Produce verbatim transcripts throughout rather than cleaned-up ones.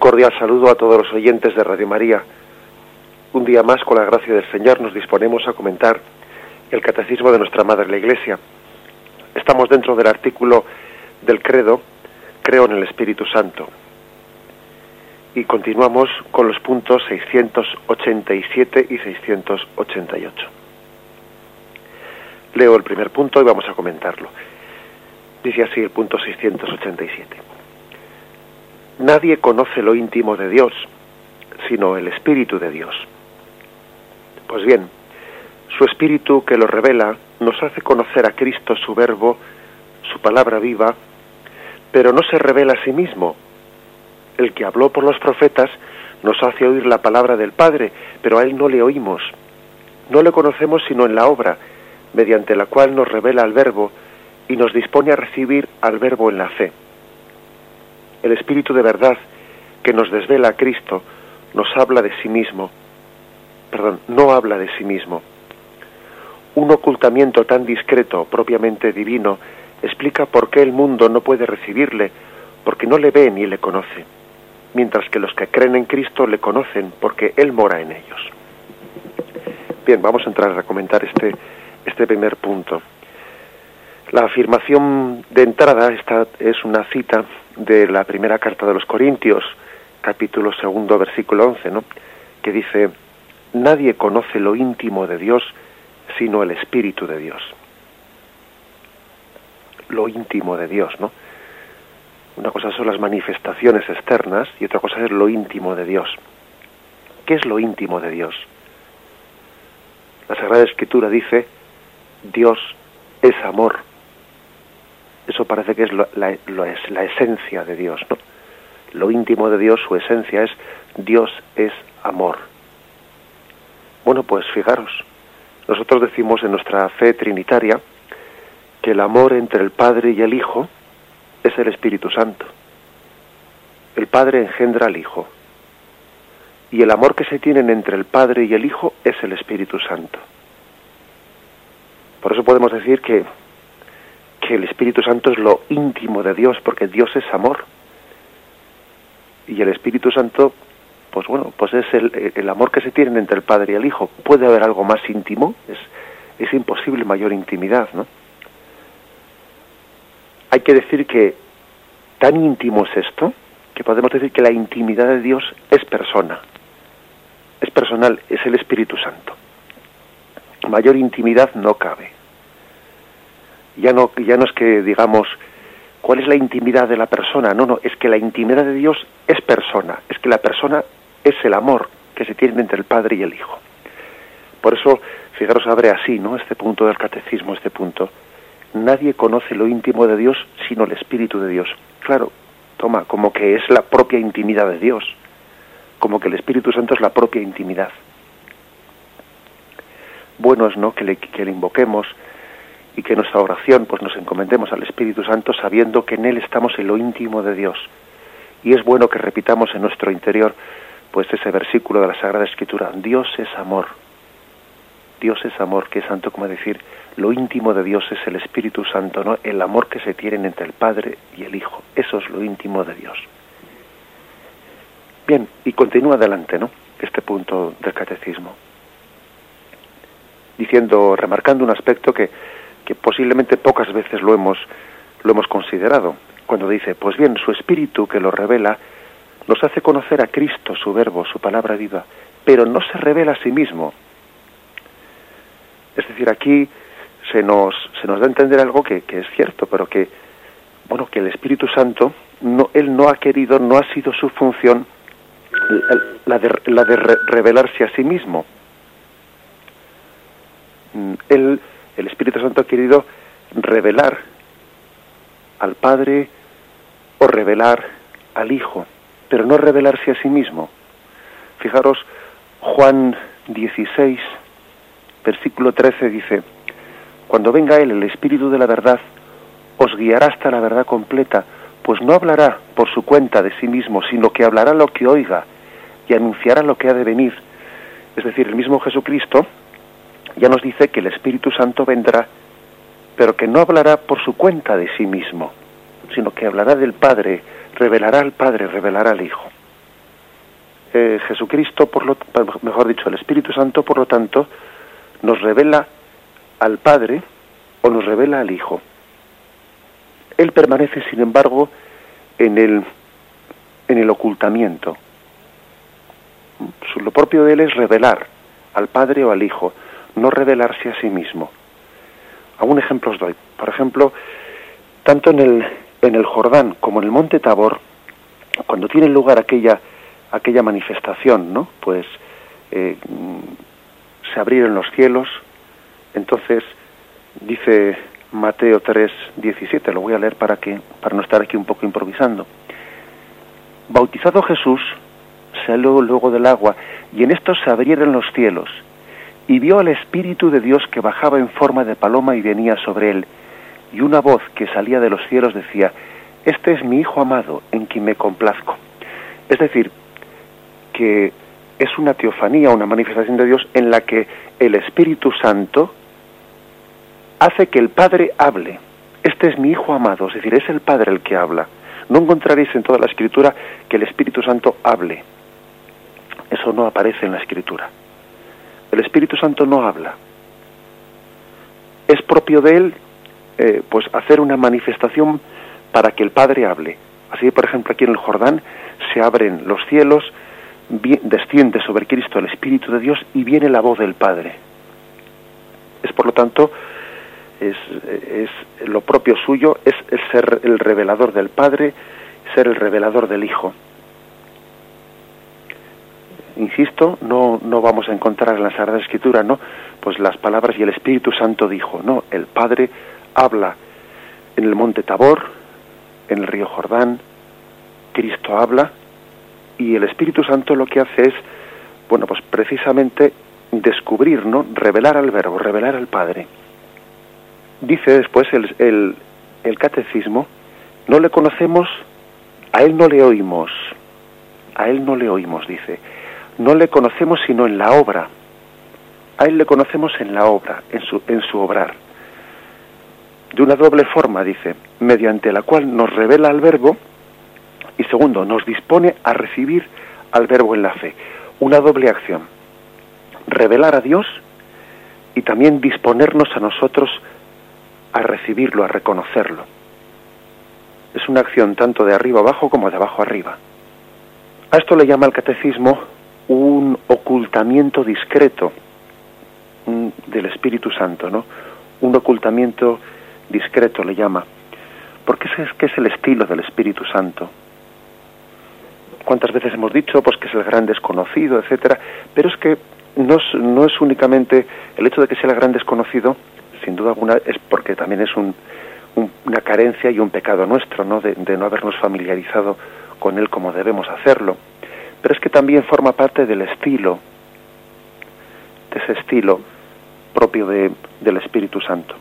cordial saludo a todos los oyentes de Radio María. Un día más, con la gracia del Señor, nos disponemos a comentar el Catecismo de nuestra Madre la Iglesia. Estamos dentro del artículo del Credo, creo en el Espíritu Santo. Y continuamos con los puntos seiscientos ochenta y siete y seiscientos ochenta y ocho. Leo el primer punto y vamos a comentarlo. Dice así el punto seiscientos ochenta y siete. Nadie conoce lo íntimo de Dios, sino el Espíritu de Dios. Pues bien, su Espíritu que lo revela nos hace conocer a Cristo, su Verbo, su palabra viva, pero no se revela a sí mismo. El que habló por los profetas nos hace oír la palabra del Padre, pero a él no le oímos. No le conocemos sino en la obra, mediante la cual nos revela al Verbo y nos dispone a recibir al Verbo en la fe. El Espíritu de verdad que nos desvela a Cristo nos habla de sí mismo, perdón, no habla de sí mismo. Un ocultamiento tan discreto, propiamente divino, explica por qué el mundo no puede recibirle, porque no le ve ni le conoce, mientras que los que creen en Cristo le conocen, porque Él mora en ellos. Bien, vamos a entrar a comentar este, este primer punto. La afirmación de entrada, esta es una cita de la primera carta de los Corintios, capítulo segundo, versículo once, ¿no? Que dice: nadie conoce lo íntimo de Dios sino el Espíritu de Dios. Lo íntimo de Dios, ¿no? Una cosa son las manifestaciones externas y otra cosa es lo íntimo de Dios. ¿Qué es lo íntimo de Dios? La Sagrada Escritura dice: Dios es amor. Eso parece que es, lo, la, lo es la esencia de Dios, ¿no? Lo íntimo de Dios, su esencia es: Dios es amor. Bueno, pues fijaros, nosotros decimos en nuestra fe trinitaria que el amor entre el Padre y el Hijo es el Espíritu Santo. El Padre engendra al Hijo. Y el amor que se tienen entre el Padre y el Hijo es el Espíritu Santo. Por eso podemos decir que que el Espíritu Santo es lo íntimo de Dios, porque Dios es amor. Y el Espíritu Santo, pues bueno, pues es el, el amor que se tienen entre el Padre y el Hijo. ¿Puede haber algo más íntimo? Es, es imposible mayor intimidad, ¿no? Hay que decir que tan íntimo es esto, que podemos decir que la intimidad de Dios es persona. Es personal, es el Espíritu Santo. Mayor intimidad no cabe. Ya no, ya no es que digamos cuál es la intimidad de la persona, no, no, es que la intimidad de Dios es persona, es que la persona es el amor que se tiene entre el Padre y el Hijo. Por eso, fijaros, abre así, ¿no?, este punto del catecismo, este punto: nadie conoce lo íntimo de Dios sino el Espíritu de Dios. Claro, toma, como que es la propia intimidad de Dios, como que el Espíritu Santo es la propia intimidad. Bueno es, ¿no?, que le, que le invoquemos y que en nuestra oración pues nos encomendemos al Espíritu Santo sabiendo que en Él estamos en lo íntimo de Dios. Y es bueno que repitamos en nuestro interior pues ese versículo de la Sagrada Escritura: Dios es amor. Dios es amor, que es santo como decir, lo íntimo de Dios es el Espíritu Santo, ¿no? El amor que se tienen entre el Padre y el Hijo. Eso es lo íntimo de Dios. Bien, y continúa adelante, ¿no?, este punto del catecismo, diciendo, remarcando un aspecto que que posiblemente pocas veces lo hemos, lo hemos considerado, cuando dice: pues bien, su Espíritu que lo revela nos hace conocer a Cristo, su Verbo, su palabra viva, pero no se revela a sí mismo. Es decir, aquí se nos, se nos da a entender algo que, que es cierto, pero que, bueno, que el Espíritu Santo, no, Él no ha querido, no ha sido su función la de, la de re- revelarse a sí mismo. Él El Espíritu Santo ha querido revelar al Padre o revelar al Hijo, pero no revelarse a sí mismo. Fijaros, Juan dieciséis, versículo trece dice: cuando venga Él, el Espíritu de la verdad, os guiará hasta la verdad completa, pues no hablará por su cuenta de sí mismo, sino que hablará lo que oiga y anunciará lo que ha de venir. Es decir, el mismo Jesucristo ya nos dice que el Espíritu Santo vendrá, pero que no hablará por su cuenta de sí mismo, sino que hablará del Padre, revelará al Padre, revelará al Hijo. eh, Jesucristo, por lo, mejor dicho, el Espíritu Santo, por lo tanto, nos revela al Padre o nos revela al Hijo. Él permanece, sin embargo, en el, en el ocultamiento. Lo propio de él es revelar al Padre o al Hijo, no revelarse a sí mismo. Algún ejemplo os doy. Por ejemplo, tanto en el, en el Jordán como en el Monte Tabor, cuando tiene lugar aquella, aquella manifestación, ¿no? Pues eh, se abrieron los cielos. Entonces dice Mateo tres diecisiete, lo voy a leer para que para no estar aquí un poco improvisando. Bautizado Jesús, salió luego del agua, y en esto se abrieron los cielos, y vio al Espíritu de Dios que bajaba en forma de paloma y venía sobre él, y una voz que salía de los cielos decía: este es mi Hijo amado, en quien me complazco. Es decir, que es una teofanía, una manifestación de Dios en la que el Espíritu Santo hace que el Padre hable. Este es mi Hijo amado, es decir, es el Padre el que habla. No encontraréis en toda la Escritura que el Espíritu Santo hable. Eso no aparece en la Escritura. El Espíritu Santo no habla. Es propio de él, eh, pues, hacer una manifestación para que el Padre hable. Así, por ejemplo, aquí en el Jordán se abren los cielos, desciende sobre Cristo el Espíritu de Dios y viene la voz del Padre. Es, por lo tanto, es, es lo propio suyo, es, es ser el revelador del Padre, ser el revelador del Hijo. Insisto, no, no vamos a encontrar en la Sagrada Escritura, ¿no?, pues las palabras "y el Espíritu Santo dijo". No, el Padre habla en el Monte Tabor, en el río Jordán, Cristo habla, y el Espíritu Santo lo que hace es, bueno, pues precisamente descubrir, ¿no?, revelar al Verbo, revelar al Padre. Dice después el, el, el Catecismo: no le conocemos, a él no le oímos, a él no le oímos, dice. No le conocemos sino en la obra. A él le conocemos en la obra, en su, en su obrar. De una doble forma, dice, mediante la cual nos revela al Verbo, y segundo, nos dispone a recibir al Verbo en la fe. Una doble acción: revelar a Dios y también disponernos a nosotros a recibirlo, a reconocerlo. Es una acción tanto de arriba abajo como de abajo arriba. A esto le llama el Catecismo un ocultamiento discreto del Espíritu Santo, ¿no? Un ocultamiento discreto le llama, porque ese es que es el estilo del Espíritu Santo. ¿Cuántas veces hemos dicho pues que es el gran desconocido, etcétera? Pero es que no es, no es únicamente el hecho de que sea el gran desconocido, sin duda alguna, es porque también es un, un, una carencia y un pecado nuestro, ¿no?, de, de no habernos familiarizado con él como debemos hacerlo. Pero es que también forma parte del estilo, de ese estilo propio de, del Espíritu Santo.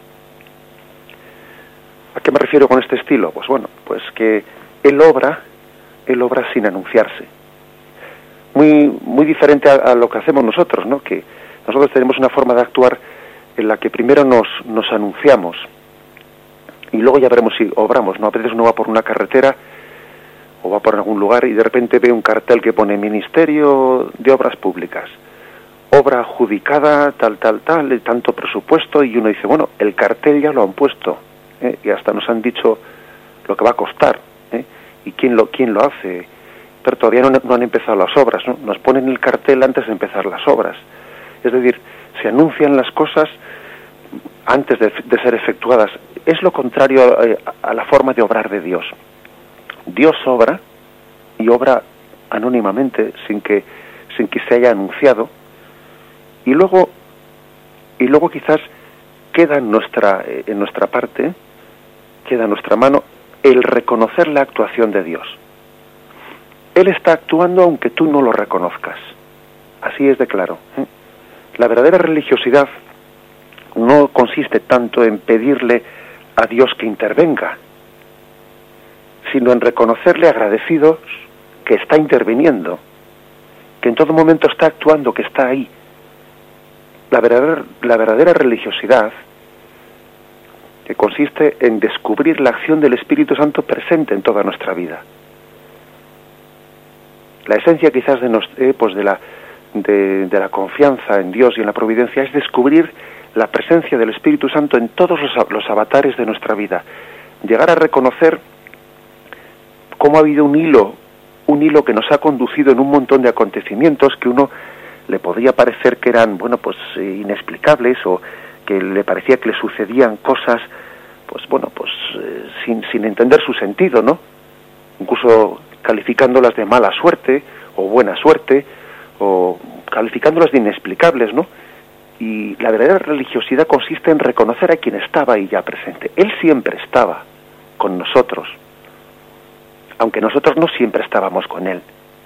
¿A qué me refiero con este estilo? Pues bueno, pues que él obra, él obra sin anunciarse. Muy, muy diferente a, a lo que hacemos nosotros, ¿no? Que nosotros tenemos una forma de actuar en la que primero nos, nos anunciamos y luego ya veremos si obramos, ¿no? A veces uno va por una carretera o va por algún lugar y de repente ve un cartel que pone Ministerio de Obras Públicas, obra adjudicada, tal, tal, tal, de tanto presupuesto, y uno dice, bueno, el cartel ya lo han puesto, ¿eh? Y hasta nos han dicho lo que va a costar, ¿eh? Y quién lo, quién lo hace, pero todavía no, no han empezado las obras, ¿no? Nos ponen el cartel antes de empezar las obras. Es decir, se anuncian las cosas antes de, de ser efectuadas. Es lo contrario a, a la forma de obrar de Dios. Dios obra, y obra anónimamente, sin que, sin que se haya anunciado, y luego, y luego quizás queda en nuestra, en nuestra parte, queda en nuestra mano, el reconocer la actuación de Dios. Él está actuando aunque tú no lo reconozcas. Así es de claro, ¿eh? La verdadera religiosidad no consiste tanto en pedirle a Dios que intervenga, sino en reconocerle agradecidos que está interviniendo, que en todo momento está actuando, que está ahí. La verdadera, la verdadera religiosidad, que consiste en descubrir la acción del Espíritu Santo presente en toda nuestra vida. La esencia quizás de, nos, eh, pues de, la, de, de la confianza en Dios y en la providencia es descubrir la presencia del Espíritu Santo en todos los, los avatares de nuestra vida. Llegar a reconocer cómo ha habido un hilo, un hilo que nos ha conducido en un montón de acontecimientos que uno le podría parecer que eran, bueno, pues eh, inexplicables, o que le parecía que le sucedían cosas, pues bueno, pues eh, sin, sin entender su sentido, ¿no? Incluso calificándolas de mala suerte, o buena suerte, o calificándolas de inexplicables, ¿no? Y la verdadera religiosidad consiste en reconocer a quien estaba ahí ya presente. Él siempre estaba con nosotros, aunque nosotros no siempre estábamos con él.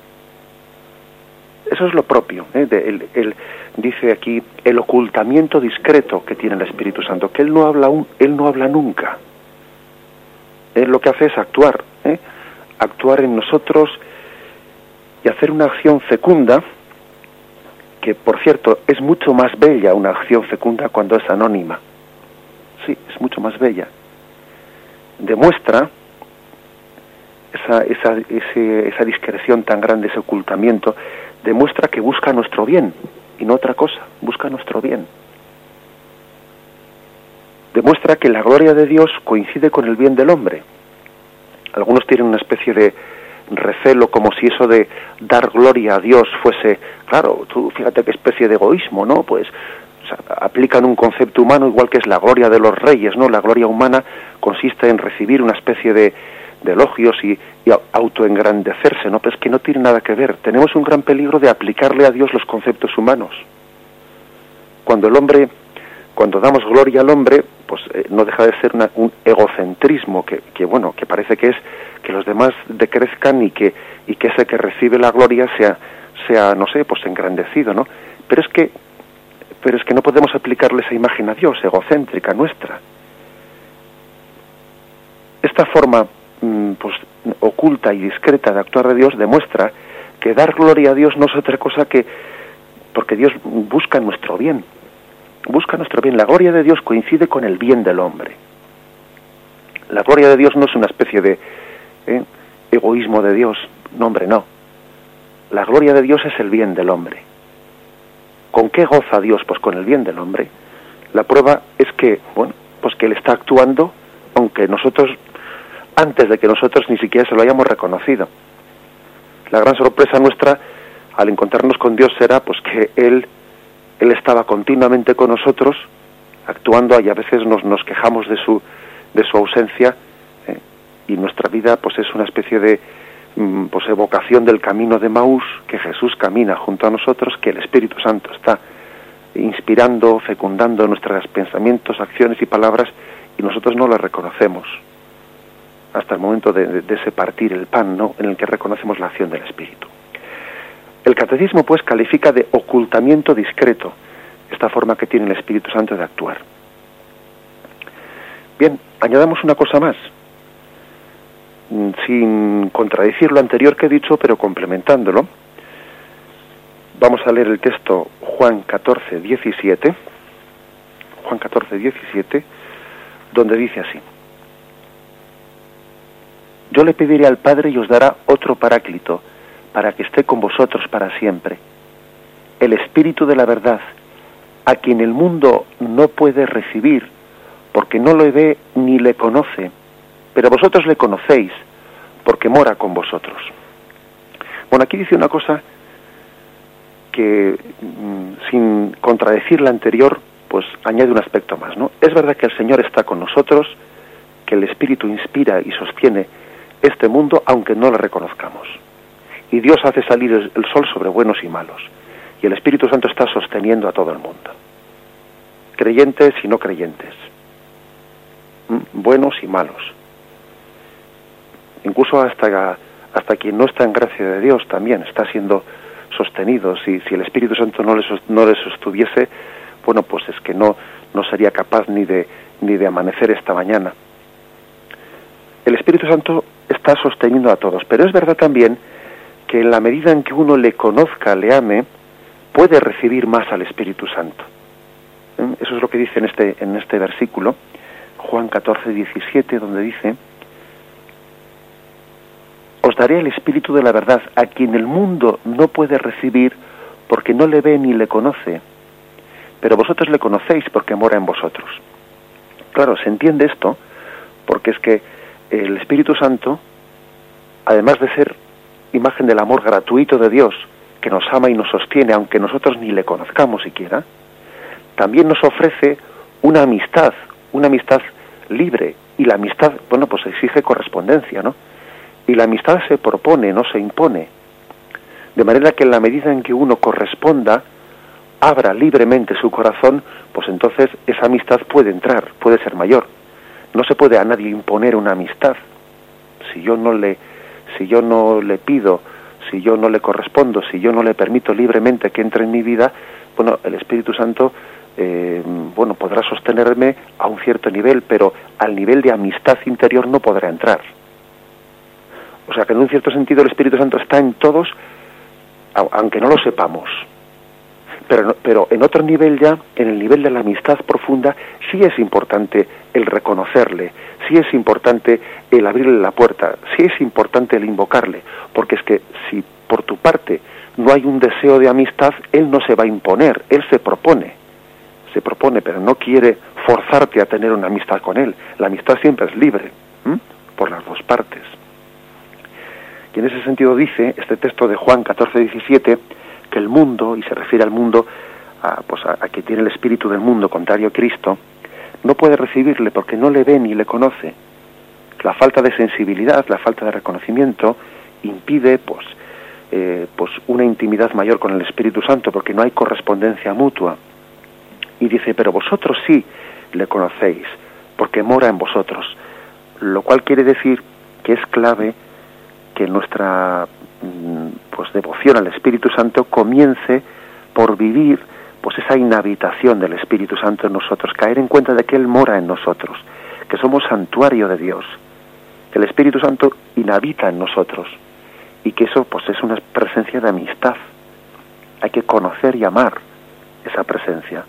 Eso es lo propio, ¿eh? de, el, el, dice aquí el ocultamiento discreto que tiene el Espíritu Santo, que él no habla un, él no habla nunca. Él lo que hace es actuar, ¿eh? actuar en nosotros y hacer una acción fecunda, que por cierto es mucho más bella una acción fecunda cuando es anónima. Sí, es mucho más bella. Demuestra esa, esa, ese, esa discreción tan grande, ese ocultamiento, demuestra que busca nuestro bien, y no otra cosa, busca nuestro bien. Demuestra que la gloria de Dios coincide con el bien del hombre. Algunos tienen una especie de recelo, como si eso de dar gloria a Dios fuese, claro, tú fíjate qué especie de egoísmo, ¿no? Pues o sea, aplican un concepto humano igual que es la gloria de los reyes, ¿no? La gloria humana consiste en recibir una especie de, de elogios y, y autoengrandecerse, ¿no? Pero es que no tiene nada que ver. Tenemos un gran peligro de aplicarle a Dios los conceptos humanos. Cuando el hombre, cuando damos gloria al hombre, pues eh, no deja de ser una, un egocentrismo que, que, bueno, que parece que es que los demás decrezcan y que y que ese que recibe la gloria sea, sea no sé, pues engrandecido, ¿no? Pero es que, pero es que no podemos aplicarle esa imagen a Dios, egocéntrica nuestra. Esta forma pues oculta y discreta de actuar de Dios demuestra que dar gloria a Dios no es otra cosa que porque Dios busca nuestro bien, busca nuestro bien. La gloria de Dios coincide con el bien del hombre. La gloria de Dios no es una especie de ¿eh? egoísmo de Dios, no, hombre, no. La gloria de Dios es el bien del hombre. ¿Con qué goza Dios? Pues con el bien del hombre. La prueba es que, bueno, pues que Él está actuando, aunque nosotros antes de que nosotros ni siquiera se lo hayamos reconocido. La gran sorpresa nuestra al encontrarnos con Dios será pues que Él, Él estaba continuamente con nosotros, actuando, y a veces nos, nos quejamos de su, de su ausencia, ¿eh? Y nuestra vida pues es una especie de pues evocación del camino de Maús, que Jesús camina junto a nosotros, que el Espíritu Santo está inspirando, fecundando nuestros pensamientos, acciones y palabras, y nosotros no las reconocemos hasta el momento de, de, de ese partir el pan, ¿no?, en el que reconocemos la acción del Espíritu. El catecismo, pues, califica de ocultamiento discreto esta forma que tiene el Espíritu Santo de actuar. Bien, añadamos una cosa más, sin contradecir lo anterior que he dicho, pero complementándolo. Vamos a leer el texto Juan catorce, diecisiete, Juan catorce, diecisiete, donde dice así: Yo le pediré al Padre y os dará otro Paráclito, para que esté con vosotros para siempre, el Espíritu de la verdad, a quien el mundo no puede recibir, porque no lo ve ni le conoce, pero vosotros le conocéis, porque mora con vosotros. Bueno, aquí dice una cosa que, sin contradecir la anterior, pues añade un aspecto más, ¿no? Es verdad que el Señor está con nosotros, que el Espíritu inspira y sostiene este mundo, aunque no lo reconozcamos. Y Dios hace salir el sol sobre buenos y malos. Y el Espíritu Santo está sosteniendo a todo el mundo. Creyentes y no creyentes. ¿Mm? Buenos y malos. Incluso hasta, hasta quien no está en gracia de Dios también está siendo sostenido. Si, si el Espíritu Santo no le, no le sostuviese, bueno, pues es que no, no sería capaz ni de, ni de amanecer esta mañana. El Espíritu Santo está sosteniendo a todos, pero es verdad también que en la medida en que uno le conozca, le ame, puede recibir más al Espíritu Santo. ¿Eh? Eso es lo que dice en este, en este versículo, Juan catorce, diecisiete, donde dice: Os os daré el Espíritu de la verdad, a quien el mundo no puede recibir porque no le ve ni le conoce, pero vosotros le conocéis porque mora en vosotros. Claro, se entiende esto porque es que el Espíritu Santo, además de ser imagen del amor gratuito de Dios, que nos ama y nos sostiene, aunque nosotros ni le conozcamos siquiera, también nos ofrece una amistad, una amistad libre, y la amistad, bueno, pues exige correspondencia, ¿no? Y la amistad se propone, no se impone. De manera que en la medida en que uno corresponda, abra libremente su corazón, pues entonces esa amistad puede entrar, puede ser mayor. No se puede a nadie imponer una amistad. Si yo no le, si yo no le pido, si yo no le correspondo, si yo no le permito libremente que entre en mi vida, bueno, el Espíritu Santo, eh, bueno, podrá sostenerme a un cierto nivel, pero al nivel de amistad interior no podrá entrar. O sea que en un cierto sentido el Espíritu Santo está en todos, aunque no lo sepamos. Pero, pero en otro nivel ya, en el nivel de la amistad profunda, sí es importante el reconocerle, sí es importante el abrirle la puerta, sí es importante el invocarle, porque es que si por tu parte no hay un deseo de amistad, él no se va a imponer, él se propone, se propone, pero no quiere forzarte a tener una amistad con él. La amistad siempre es libre, ¿m? por las dos partes. Y en ese sentido dice este texto de Juan catorce diecisiete, que el mundo, y se refiere al mundo, a, pues a, a que tiene el espíritu del mundo contrario a Cristo, no puede recibirle porque no le ve ni le conoce. La falta de sensibilidad, la falta de reconocimiento impide pues, eh, pues una intimidad mayor con el Espíritu Santo, porque no hay correspondencia mutua. Y dice, pero vosotros sí le conocéis, porque mora en vosotros, lo cual quiere decir que es clave que nuestra pues devoción al Espíritu Santo comience por vivir pues esa inhabitación del Espíritu Santo en nosotros, caer en cuenta de que Él mora en nosotros, que somos santuario de Dios, que el Espíritu Santo inhabita en nosotros y que eso pues es una presencia de amistad. Hay que conocer y amar esa presencia.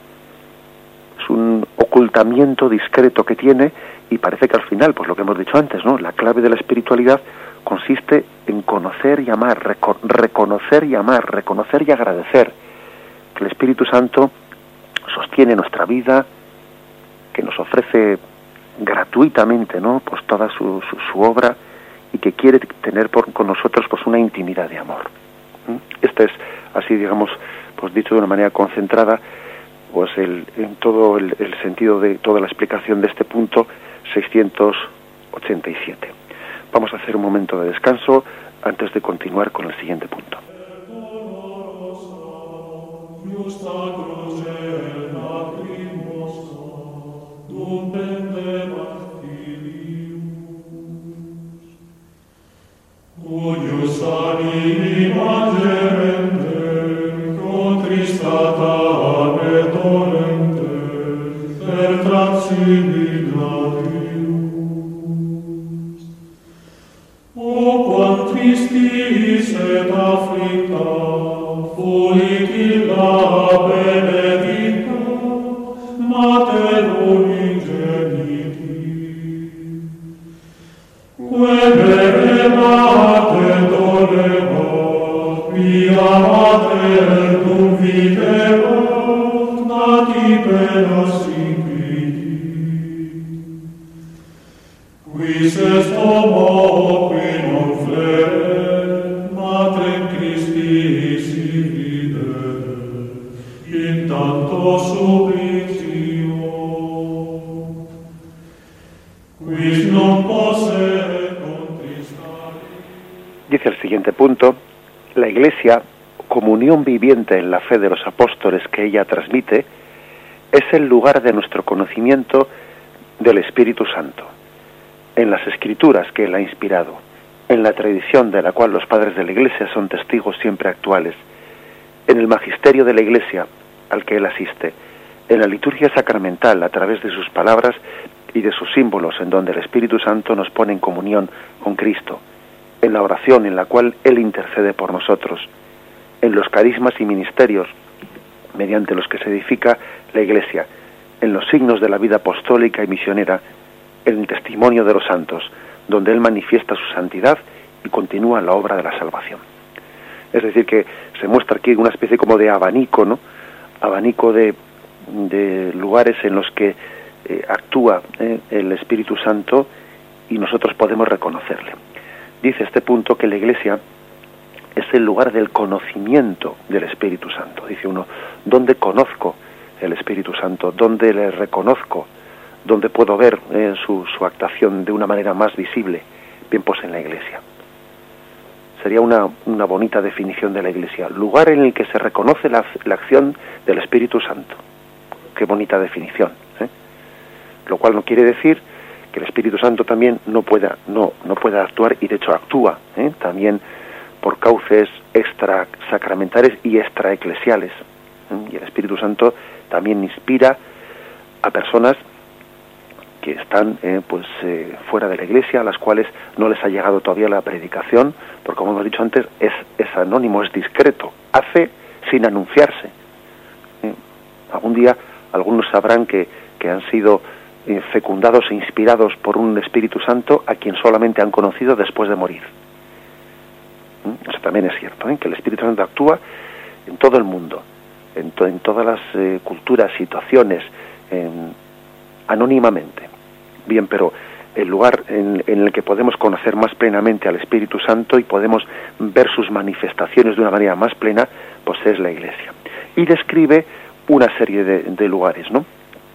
Es un ocultamiento discreto que tiene, y parece que al final, pues lo que hemos dicho antes, ¿no? La clave de la espiritualidad consiste en conocer y amar, reco- reconocer y amar, reconocer y agradecer que el Espíritu Santo sostiene nuestra vida, que nos ofrece gratuitamente, ¿no? Pues toda su, su, su obra, y que quiere tener por, con nosotros pues una intimidad de amor. ¿Mm? Este es, así digamos, pues dicho de una manera concentrada, pues el, en todo el, el sentido de toda la explicación de este punto seiscientos ochenta y siete. Vamos a hacer un momento de descanso antes de continuar con el siguiente punto. Dice el siguiente punto: la Iglesia, comunión viviente en la fe de los apóstoles que ella transmite, es el lugar de nuestro conocimiento del Espíritu Santo, en las Escrituras que Él ha inspirado, en la tradición de la cual los padres de la Iglesia son testigos siempre actuales, en el magisterio de la Iglesia al que Él asiste, en la liturgia sacramental a través de sus palabras y de sus símbolos, en donde el Espíritu Santo nos pone en comunión con Cristo, en la oración en la cual Él intercede por nosotros, en los carismas y ministerios mediante los que se edifica la Iglesia, en los signos de la vida apostólica y misionera, en el testimonio de los santos, donde Él manifiesta su santidad y continúa la obra de la salvación. Es decir, que se muestra aquí una especie como de abanico, ¿no? Abanico de, de lugares en los que eh, actúa eh, el Espíritu Santo y nosotros podemos reconocerle. Dice este punto que la Iglesia es el lugar del conocimiento del Espíritu Santo. Dice uno, ¿dónde conozco el Espíritu Santo? ¿Dónde le reconozco? ¿Dónde puedo ver eh, su, su actuación de una manera más visible? Bien, pues en la Iglesia. Sería una, una bonita definición de la Iglesia. Lugar en el que se reconoce la, la acción del Espíritu Santo. Qué bonita definición, ¿eh? Lo cual no quiere decir que el Espíritu Santo también no pueda, no, no pueda actuar, y de hecho actúa, ¿eh? También por cauces extra sacramentales y extraeclesiales. ¿eh? Y el Espíritu Santo también inspira a personas que están eh, pues eh, fuera de la Iglesia, a las cuales no les ha llegado todavía la predicación, porque como hemos dicho antes, es, es anónimo, es discreto, hace sin anunciarse. ¿eh? Algún día algunos sabrán que, que han sido eh, fecundados e inspirados por un Espíritu Santo a quien solamente han conocido después de morir. ¿eh? Eso también es cierto, ¿eh? Que el Espíritu Santo actúa en todo el mundo, en, to, en todas las eh, culturas, situaciones, en, anónimamente. Bien, pero el lugar en, en el que podemos conocer más plenamente al Espíritu Santo y podemos ver sus manifestaciones de una manera más plena, pues es la Iglesia. Y describe una serie de, de lugares, ¿no?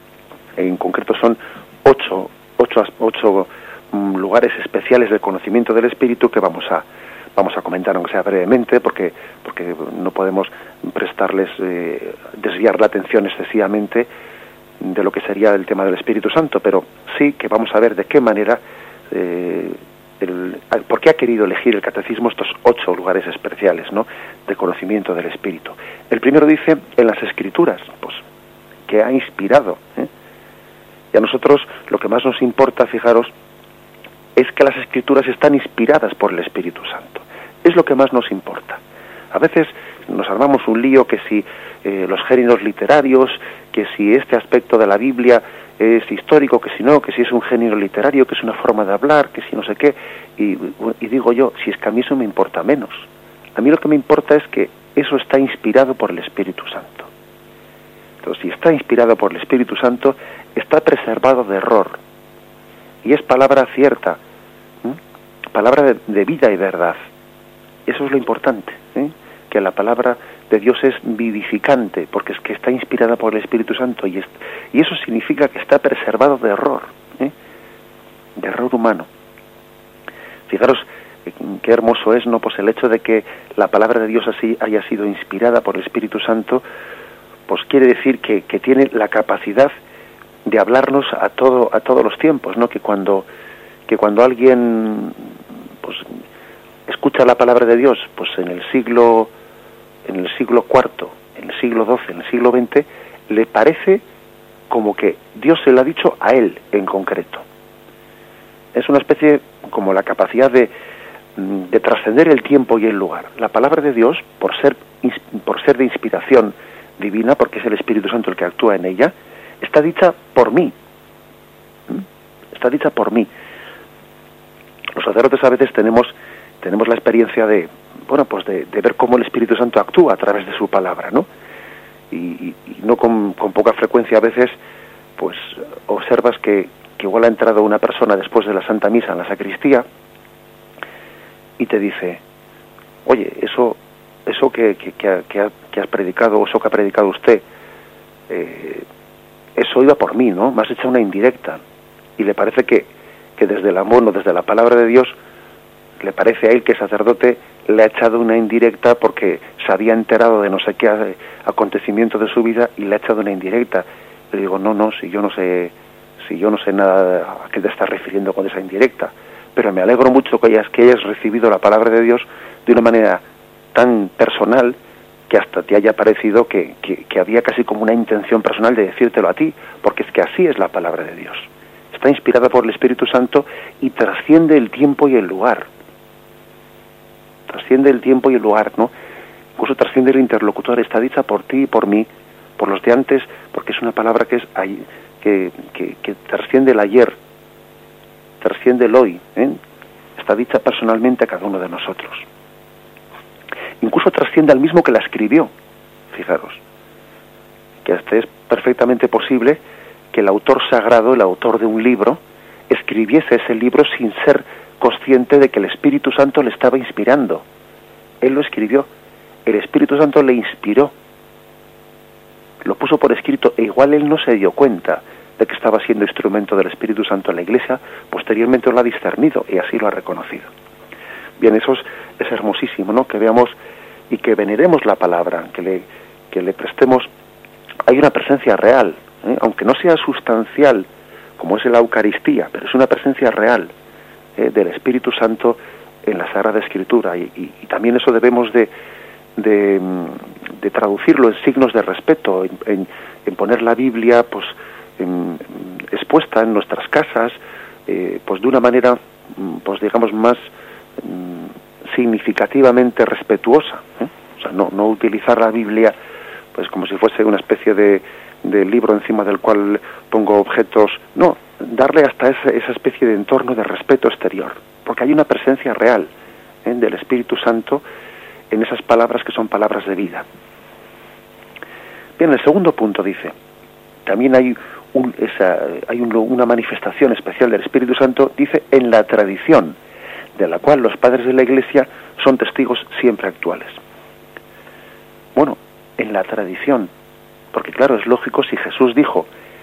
En concreto son ocho, ocho, ocho um, lugares especiales de conocimiento del Espíritu que vamos a vamos a comentar, aunque sea brevemente, porque porque no podemos prestarles, eh, desviar la atención excesivamente de lo que sería el tema del Espíritu Santo, pero sí que vamos a ver de qué manera, eh, el, por qué ha querido elegir el Catecismo estos ocho lugares especiales, ¿no?, de conocimiento del Espíritu. El primero dice en las Escrituras, pues, que ha inspirado, ¿eh? Y a nosotros lo que más nos importa, fijaros, es que las Escrituras están inspiradas por el Espíritu Santo. Es lo que más nos importa. A veces nos armamos un lío que si eh, los géneros literarios, que si este aspecto de la Biblia es histórico, que si no, que si es un género literario, que es una forma de hablar, que si no sé qué, y, y digo yo, si es que a mí eso me importa menos. A mí lo que me importa es que eso está inspirado por el Espíritu Santo. Entonces, si está inspirado por el Espíritu Santo, está preservado de error, y es palabra cierta, ¿eh? Palabra de, de vida y verdad. Eso es lo importante, ¿eh? Que la palabra de Dios es vivificante, porque es que está inspirada por el Espíritu Santo, y, es, y eso significa que está preservado de error, ¿eh? de error humano. Fijaros qué hermoso es, ¿no?, pues el hecho de que la palabra de Dios así haya sido inspirada por el Espíritu Santo, pues quiere decir que, que tiene la capacidad de hablarnos a todo a todos los tiempos, ¿no? Que cuando que cuando alguien pues escucha la palabra de Dios, pues en el siglo en el siglo cuarto, en el siglo doce, en el siglo veinte, le parece como que Dios se lo ha dicho a él en concreto. Es una especie como la capacidad de de trascender el tiempo y el lugar. La palabra de Dios, por ser por ser de inspiración divina, porque es el Espíritu Santo el que actúa en ella, está dicha por mí. ¿Mm? Está dicha por mí. Los sacerdotes a veces tenemos tenemos la experiencia de, bueno, pues de, de ver cómo el Espíritu Santo actúa a través de su palabra, ¿no? Y, y, y no con, con poca frecuencia a veces, pues observas que, que igual ha entrado una persona después de la Santa Misa en la sacristía y te dice, oye, eso eso que, que, que, ha, que, ha, que has predicado, o eso que ha predicado usted, eh, eso iba por mí, ¿no? Me has hecho una indirecta. Y le parece que, que desde el amor, no, desde la palabra de Dios, le parece a él que el sacerdote le ha echado una indirecta porque se había enterado de no sé qué acontecimiento de su vida y le ha echado una indirecta. Le digo, no, no, si yo no sé, si yo no sé nada a qué te estás refiriendo con esa indirecta, pero me alegro mucho que hayas, que hayas recibido la palabra de Dios de una manera tan personal que hasta te haya parecido que, que, que había casi como una intención personal de decírtelo a ti, porque es que así es la palabra de Dios. Está inspirada por el Espíritu Santo y trasciende el tiempo y el lugar. Trasciende el tiempo y el lugar, ¿no? Incluso trasciende el interlocutor, está dicha por ti y por mí, por los de antes, porque es una palabra que es que, que, que trasciende el ayer, trasciende el hoy, ¿eh? está dicha personalmente a cada uno de nosotros. Incluso trasciende al mismo que la escribió. Fijaros, que hasta es perfectamente posible que el autor sagrado, el autor de un libro, escribiese ese libro sin ser consciente de que el Espíritu Santo le estaba inspirando. Él lo escribió, el Espíritu Santo le inspiró, lo puso por escrito, e igual él no se dio cuenta de que estaba siendo instrumento del Espíritu Santo en la Iglesia. Posteriormente lo ha discernido y así lo ha reconocido. Bien, eso es, es hermosísimo, ¿no? Que veamos y que veneremos la palabra, que le, que le prestemos. Hay una presencia real, ¿eh? Aunque no sea sustancial, como es la Eucaristía, pero es una presencia real ¿eh? del Espíritu Santo en la Sagrada Escritura, y, y, y también eso debemos de, de, de traducirlo en signos de respeto, en, en, en poner la Biblia pues en, expuesta en nuestras casas, eh, pues de una manera, pues digamos, más mm, significativamente respetuosa, ¿eh? O sea, no, no utilizar la Biblia pues como si fuese una especie de, de libro encima del cual pongo objetos, no, darle hasta esa, esa especie de entorno de respeto exterior, porque hay una presencia real ¿eh? del Espíritu Santo en esas palabras que son palabras de vida. Bien, el segundo punto dice, también hay, un, esa, hay un, una manifestación especial del Espíritu Santo, dice, en la tradición, de la cual los padres de la Iglesia son testigos siempre actuales. Bueno, en la tradición, porque claro, es lógico, si Jesús dijo,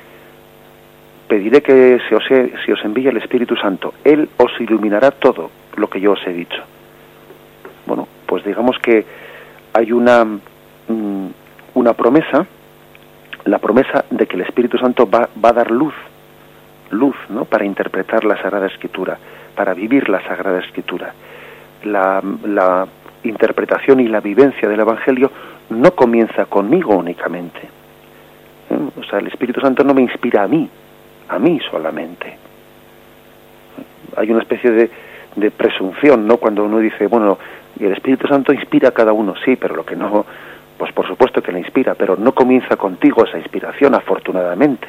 pediré que se os, se os envíe el Espíritu Santo, Él os iluminará todo lo que yo os he dicho. Bueno, pues digamos que hay una, una promesa, la promesa de que el Espíritu Santo va, va a dar luz, luz, ¿no?, para interpretar la Sagrada Escritura, para vivir la Sagrada Escritura. La, la interpretación y la vivencia del Evangelio no comienza conmigo únicamente. ¿Eh? O sea, el Espíritu Santo no me inspira a mí, a mí solamente. Hay una especie de, de presunción, ¿no?, cuando uno dice, bueno, el Espíritu Santo inspira a cada uno, sí, pero lo que no, pues por supuesto que le inspira, pero no comienza contigo esa inspiración, afortunadamente.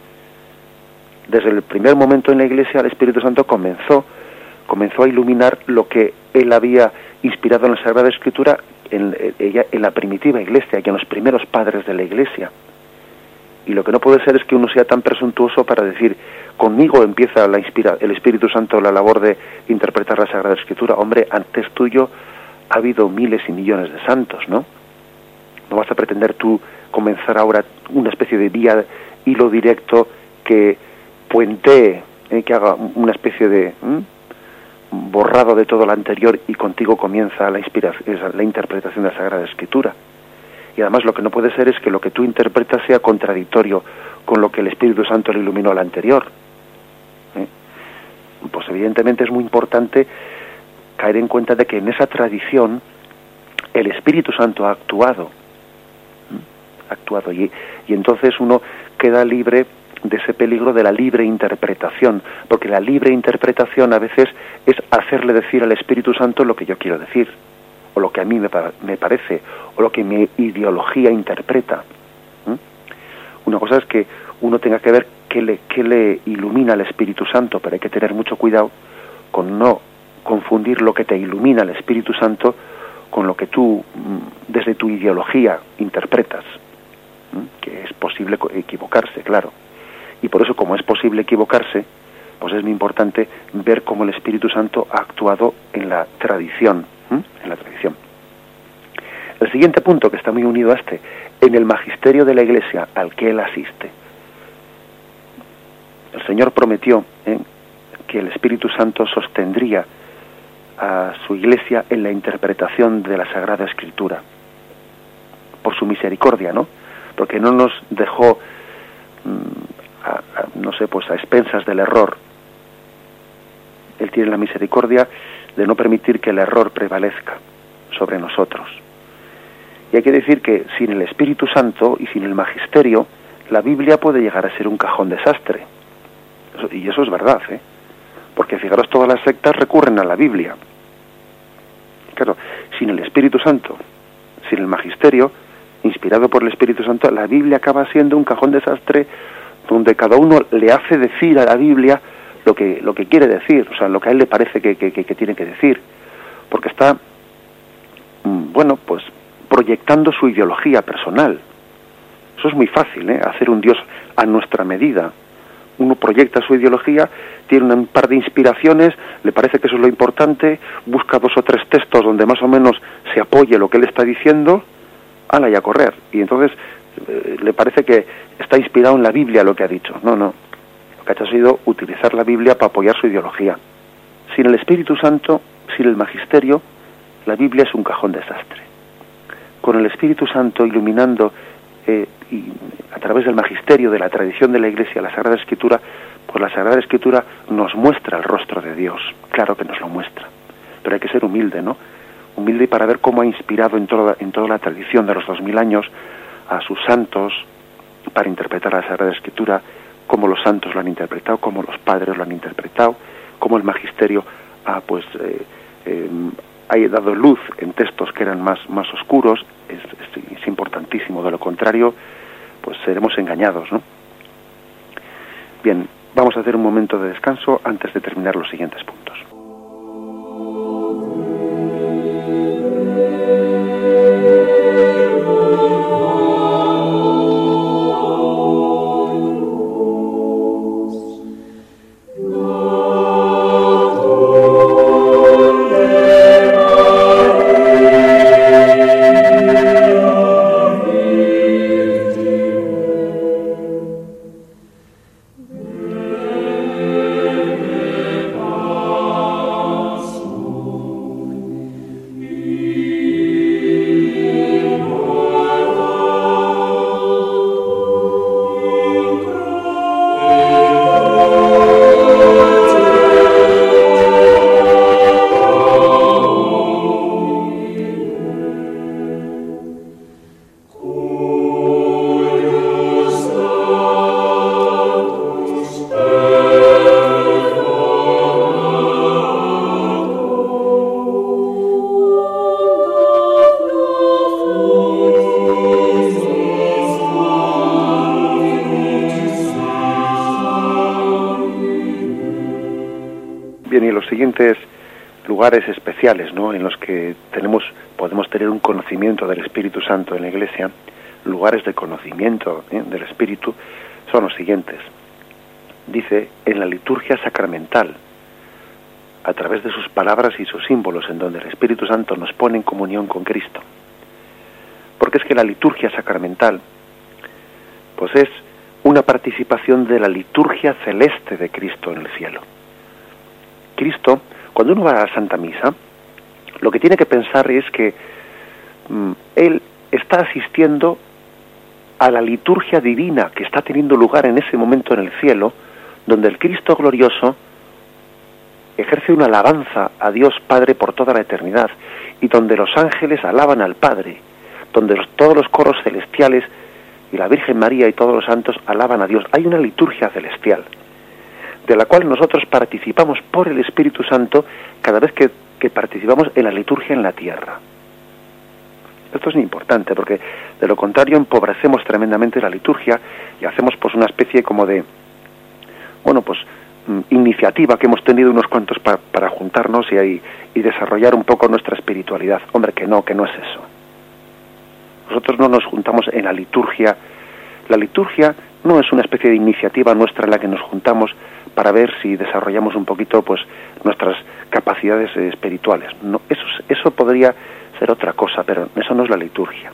Desde el primer momento en la Iglesia, el Espíritu Santo comenzó, comenzó a iluminar lo que Él había inspirado en la Sagrada Escritura en, en, en la primitiva Iglesia y en los primeros padres de la Iglesia. Y lo que no puede ser es que uno sea tan presuntuoso para decir, conmigo empieza la inspira, el Espíritu Santo la labor de interpretar la Sagrada Escritura. Hombre, antes tuyo ha habido miles y millones de santos, ¿no? No vas a pretender tú comenzar ahora una especie de vía, hilo directo que puentee, eh, que haga una especie de ¿eh? borrado de todo lo anterior y contigo comienza la inspiración, la interpretación de la Sagrada Escritura. Y además lo que no puede ser es que lo que tú interpretas sea contradictorio con lo que el Espíritu Santo le iluminó al anterior. ¿Eh? Pues evidentemente es muy importante caer en cuenta de que en esa tradición el Espíritu Santo ha actuado. ¿Eh? Ha actuado y, y entonces uno queda libre de ese peligro de la libre interpretación, porque la libre interpretación a veces es hacerle decir al Espíritu Santo lo que yo quiero decir, o lo que a mí me, me parece, o lo que mi ideología interpreta. ¿Mm? Una cosa es que uno tenga que ver qué le, qué le ilumina al Espíritu Santo, pero hay que tener mucho cuidado con no confundir lo que te ilumina el Espíritu Santo con lo que tú, desde tu ideología, interpretas. ¿Mm? Que es posible equivocarse, claro. Y por eso, como es posible equivocarse, pues es muy importante ver cómo el Espíritu Santo ha actuado en la tradición. ¿Mm? En la tradición. El siguiente punto, que está muy unido a este, en el magisterio de la Iglesia al que él asiste. El Señor prometió ¿eh? que el Espíritu Santo sostendría a su Iglesia en la interpretación de la Sagrada Escritura, por su misericordia, ¿no? Porque no nos dejó, mmm, a, a, no sé, pues a expensas del error. Él tiene la misericordia de no permitir que el error prevalezca sobre nosotros. Y hay que decir que sin el Espíritu Santo y sin el magisterio, la Biblia puede llegar a ser un cajón desastre. Eso, y eso es verdad, ¿eh? Porque fijaros, todas las sectas recurren a la Biblia. Claro, sin el Espíritu Santo, sin el magisterio, inspirado por el Espíritu Santo, la Biblia acaba siendo un cajón desastre donde cada uno le hace decir a la Biblia lo que lo que quiere decir, o sea, lo que a él le parece que, que, que tiene que decir, porque está, bueno, pues proyectando su ideología personal. Eso es muy fácil, ¿eh? Hacer un Dios a nuestra medida. Uno proyecta su ideología, tiene un par de inspiraciones, le parece que eso es lo importante, busca dos o tres textos donde más o menos se apoye lo que él está diciendo, ala y a correr. Y entonces eh, le parece que está inspirado en la Biblia lo que ha dicho. No, no. Lo que ha hecho ha sido utilizar la Biblia para apoyar su ideología. Sin el Espíritu Santo, sin el magisterio, la Biblia es un cajón desastre. Con el Espíritu Santo iluminando eh, y a través del magisterio, de la tradición de la Iglesia, la Sagrada Escritura, pues la Sagrada Escritura nos muestra el rostro de Dios. Claro que nos lo muestra, pero hay que ser humilde, ¿no? Humilde para ver cómo ha inspirado en toda, en toda la tradición de los dos mil años a sus santos para interpretar la Sagrada Escritura, cómo los santos lo han interpretado, cómo los padres lo han interpretado, cómo el magisterio ha, pues, eh, eh, ha dado luz en textos que eran más, más oscuros. Es, es, es importantísimo, de lo contrario, pues seremos engañados, ¿no? Bien, vamos a hacer un momento de descanso antes de terminar los siguientes puntos. Siguientes lugares especiales, ¿no?, en los que tenemos podemos tener un conocimiento del Espíritu Santo en la Iglesia, lugares de conocimiento, ¿eh?, del Espíritu, son los siguientes. Dice, en la liturgia sacramental, a través de sus palabras y sus símbolos, en donde el Espíritu Santo nos pone en comunión con Cristo. Porque es que la liturgia sacramental, pues es una participación de la liturgia celeste de Cristo en el cielo. Cristo, cuando uno va a la Santa Misa, lo que tiene que pensar es que mmm, Él está asistiendo a la liturgia divina que está teniendo lugar en ese momento en el cielo, donde el Cristo glorioso ejerce una alabanza a Dios Padre por toda la eternidad, y donde los ángeles alaban al Padre, donde los, todos los coros celestiales y la Virgen María y todos los santos alaban a Dios. Hay una liturgia celestial, de la cual nosotros participamos por el Espíritu Santo cada vez que, que participamos en la liturgia en la tierra. Esto es importante, porque de lo contrario empobrecemos tremendamente la liturgia y hacemos pues una especie como de, bueno, pues iniciativa que hemos tenido unos cuantos pa, para juntarnos y, y, y desarrollar un poco nuestra espiritualidad. Hombre, que no, que no es eso. Nosotros no nos juntamos en la liturgia. La liturgia no es una especie de iniciativa nuestra en la que nos juntamos para ver si desarrollamos un poquito pues nuestras capacidades espirituales. No, eso, eso podría ser otra cosa, pero eso no es la liturgia.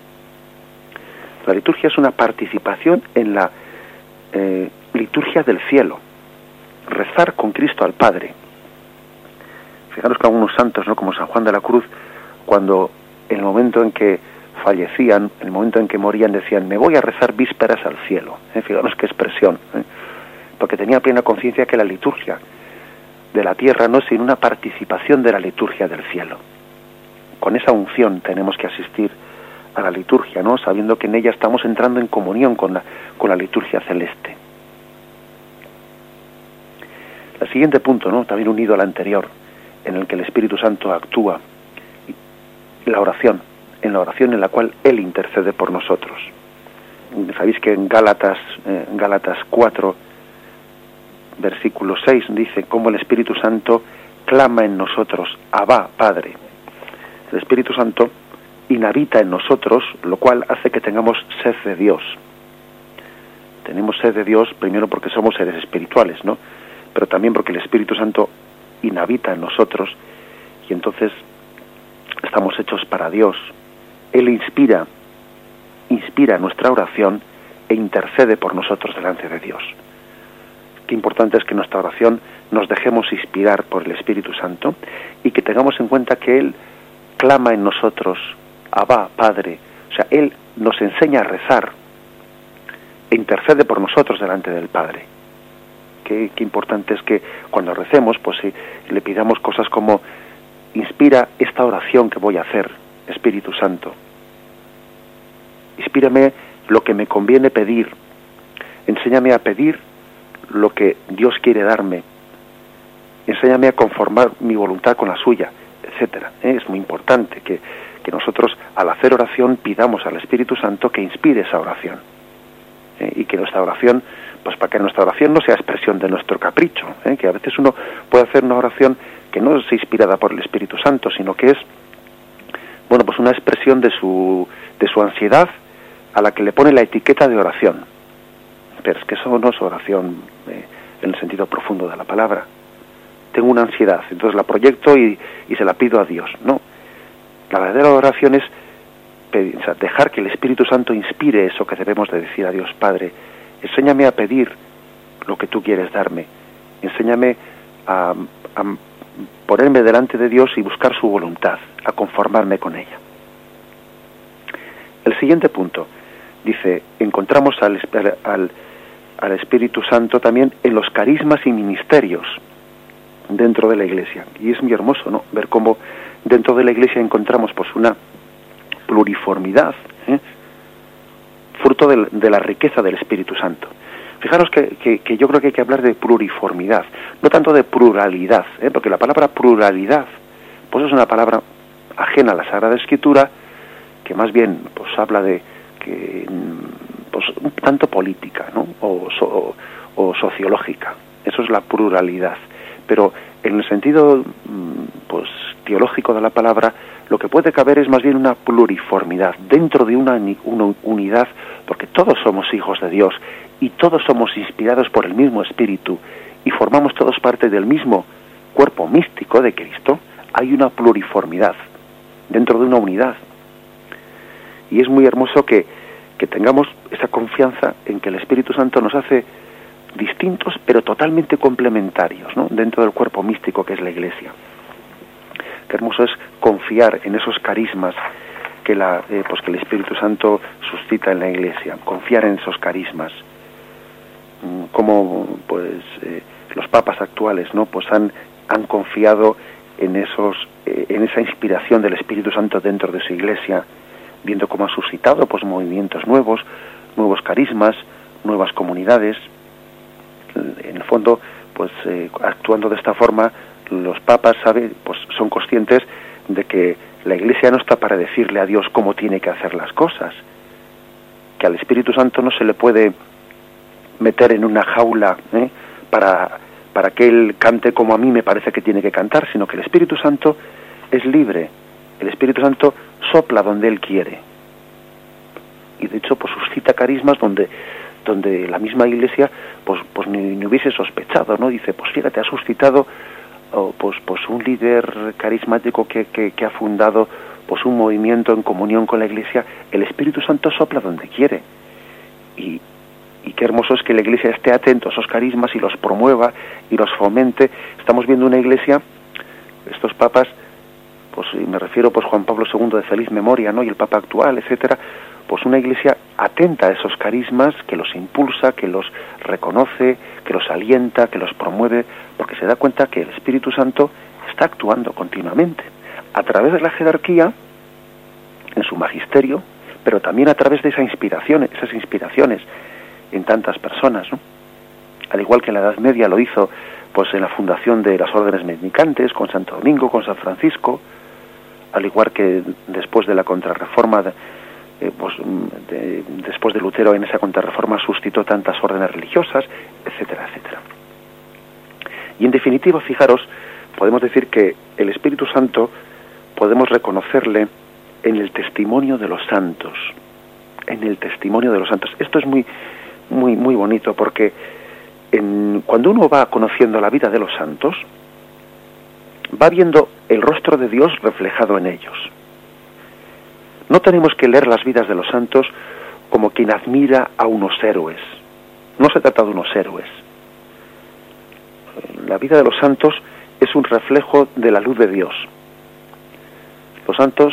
La liturgia es una participación en la eh, liturgia del cielo, rezar con Cristo al Padre. Fijaros que algunos santos, ¿no?, como San Juan de la Cruz, cuando en el momento en que fallecían, en el momento en que morían, decían, me voy a rezar vísperas al cielo. ¿Eh? Fijaros qué expresión, ¿eh? Porque tenía plena conciencia que la liturgia de la tierra no es sino una participación de la liturgia del cielo. Con esa unción tenemos que asistir a la liturgia, ¿no?, sabiendo que en ella estamos entrando en comunión con la, con la liturgia celeste. El siguiente punto, ¿no?, también unido al anterior, en el que el Espíritu Santo actúa, la oración, en la oración en la cual Él intercede por nosotros. Sabéis que en Gálatas, eh, Gálatas cuatro, versículo seis, dice cómo el Espíritu Santo clama en nosotros, Abba, Padre. El Espíritu Santo inhabita en nosotros, lo cual hace que tengamos sed de Dios. Tenemos sed de Dios primero porque somos seres espirituales, ¿no? Pero también porque el Espíritu Santo inhabita en nosotros y entonces estamos hechos para Dios. Él inspira, inspira nuestra oración e intercede por nosotros delante de Dios. Qué importante es que nuestra oración nos dejemos inspirar por el Espíritu Santo y que tengamos en cuenta que Él clama en nosotros, Abba, Padre. O sea, Él nos enseña a rezar e intercede por nosotros delante del Padre. Qué, qué importante es que cuando recemos, pues si le pidamos cosas como: inspira esta oración que voy a hacer, Espíritu Santo. Inspírame lo que me conviene pedir. Enséñame a pedir lo que Dios quiere darme. Enséñame a conformar mi voluntad con la suya, etcétera. ¿Eh? Es muy importante que, que nosotros, al hacer oración, pidamos al Espíritu Santo que inspire esa oración. ¿Eh? Y que nuestra oración, pues para que nuestra oración no sea expresión de nuestro capricho, ¿eh? Que a veces uno puede hacer una oración que no es inspirada por el Espíritu Santo, sino que es, bueno, pues una expresión de su, de su ansiedad a la que le pone la etiqueta de oración. Pero es que eso no es oración eh, en el sentido profundo de la palabra. Tengo una ansiedad, entonces la proyecto y, y se la pido a Dios. No, la verdadera oración es pedir, o sea, dejar que el Espíritu Santo inspire eso que debemos de decir a Dios. Padre, enséñame a pedir lo que tú quieres darme. Enséñame a, a ponerme delante de Dios y buscar su voluntad, a conformarme con ella. El siguiente punto dice: encontramos al, al, al Espíritu Santo también en los carismas y ministerios dentro de la Iglesia. Y es muy hermoso, ¿no?, ver cómo dentro de la Iglesia encontramos pues una pluriformidad, ¿eh?, fruto de, de la riqueza del Espíritu Santo. Fijaros que, que, que yo creo que hay que hablar de pluriformidad, no tanto de pluralidad, ¿eh?, porque la palabra pluralidad pues es una palabra ajena a la Sagrada Escritura, que más bien pues habla de que pues un tanto política, ¿no?, o, so, o sociológica. Eso es la pluralidad. Pero en el sentido pues teológico de la palabra, lo que puede caber es más bien una pluriformidad dentro de una, una unidad, porque todos somos hijos de Dios y todos somos inspirados por el mismo Espíritu y formamos todos parte del mismo cuerpo místico de Cristo. Hay una pluriformidad dentro de una unidad. Y es muy hermoso que, que tengamos esa confianza en que el Espíritu Santo nos hace distintos pero totalmente complementarios, ¿no?, dentro del cuerpo místico que es la Iglesia. Qué hermoso es confiar en esos carismas que, la, eh, pues que el Espíritu Santo suscita en la Iglesia, confiar en esos carismas. Como pues eh, los papas actuales, ¿no?, pues han, han confiado en, esos, eh, en esa inspiración del Espíritu Santo dentro de su Iglesia, viendo cómo ha suscitado pues movimientos nuevos, nuevos carismas, nuevas comunidades. En el fondo, pues eh, actuando de esta forma, los papas saben, pues son conscientes de que la Iglesia no está para decirle a Dios cómo tiene que hacer las cosas, que al Espíritu Santo no se le puede meter en una jaula ¿eh? para, para que Él cante como a mí me parece que tiene que cantar, sino que el Espíritu Santo es libre. El Espíritu Santo sopla donde Él quiere. Y de hecho, pues suscita carismas donde donde la misma Iglesia pues pues ni, ni hubiese sospechado, ¿no? Dice, pues fíjate, ha suscitado oh, pues pues un líder carismático que, que, que ha fundado pues un movimiento en comunión con la Iglesia. El Espíritu Santo sopla donde quiere. Y, y qué hermoso es que la Iglesia esté atento a esos carismas y los promueva y los fomente. Estamos viendo una Iglesia, estos papas, pues me refiero pues Juan Pablo segundo de feliz memoria, ¿no?, y el Papa actual, etcétera, pues una Iglesia atenta a esos carismas, que los impulsa, que los reconoce, que los alienta, que los promueve, porque se da cuenta que el Espíritu Santo está actuando continuamente, a través de la jerarquía, en su magisterio, pero también a través de esa inspiración, esas inspiraciones en tantas personas, ¿no? Al igual que en la Edad Media lo hizo pues en la fundación de las órdenes mendicantes, con Santo Domingo, con San Francisco, al igual que después de la Contrarreforma, de, eh, pues, de, después de Lutero en esa Contrarreforma suscitó tantas órdenes religiosas, etcétera, etcétera. Y en definitiva, fijaros, podemos decir que el Espíritu Santo podemos reconocerle en el testimonio de los santos, en el testimonio de los santos. Esto es muy, muy, muy bonito, porque en, cuando uno va conociendo la vida de los santos, va viendo el rostro de Dios reflejado en ellos. No tenemos que leer las vidas de los santos como quien admira a unos héroes. No se trata de unos héroes. La vida de los santos es un reflejo de la luz de Dios. Los santos,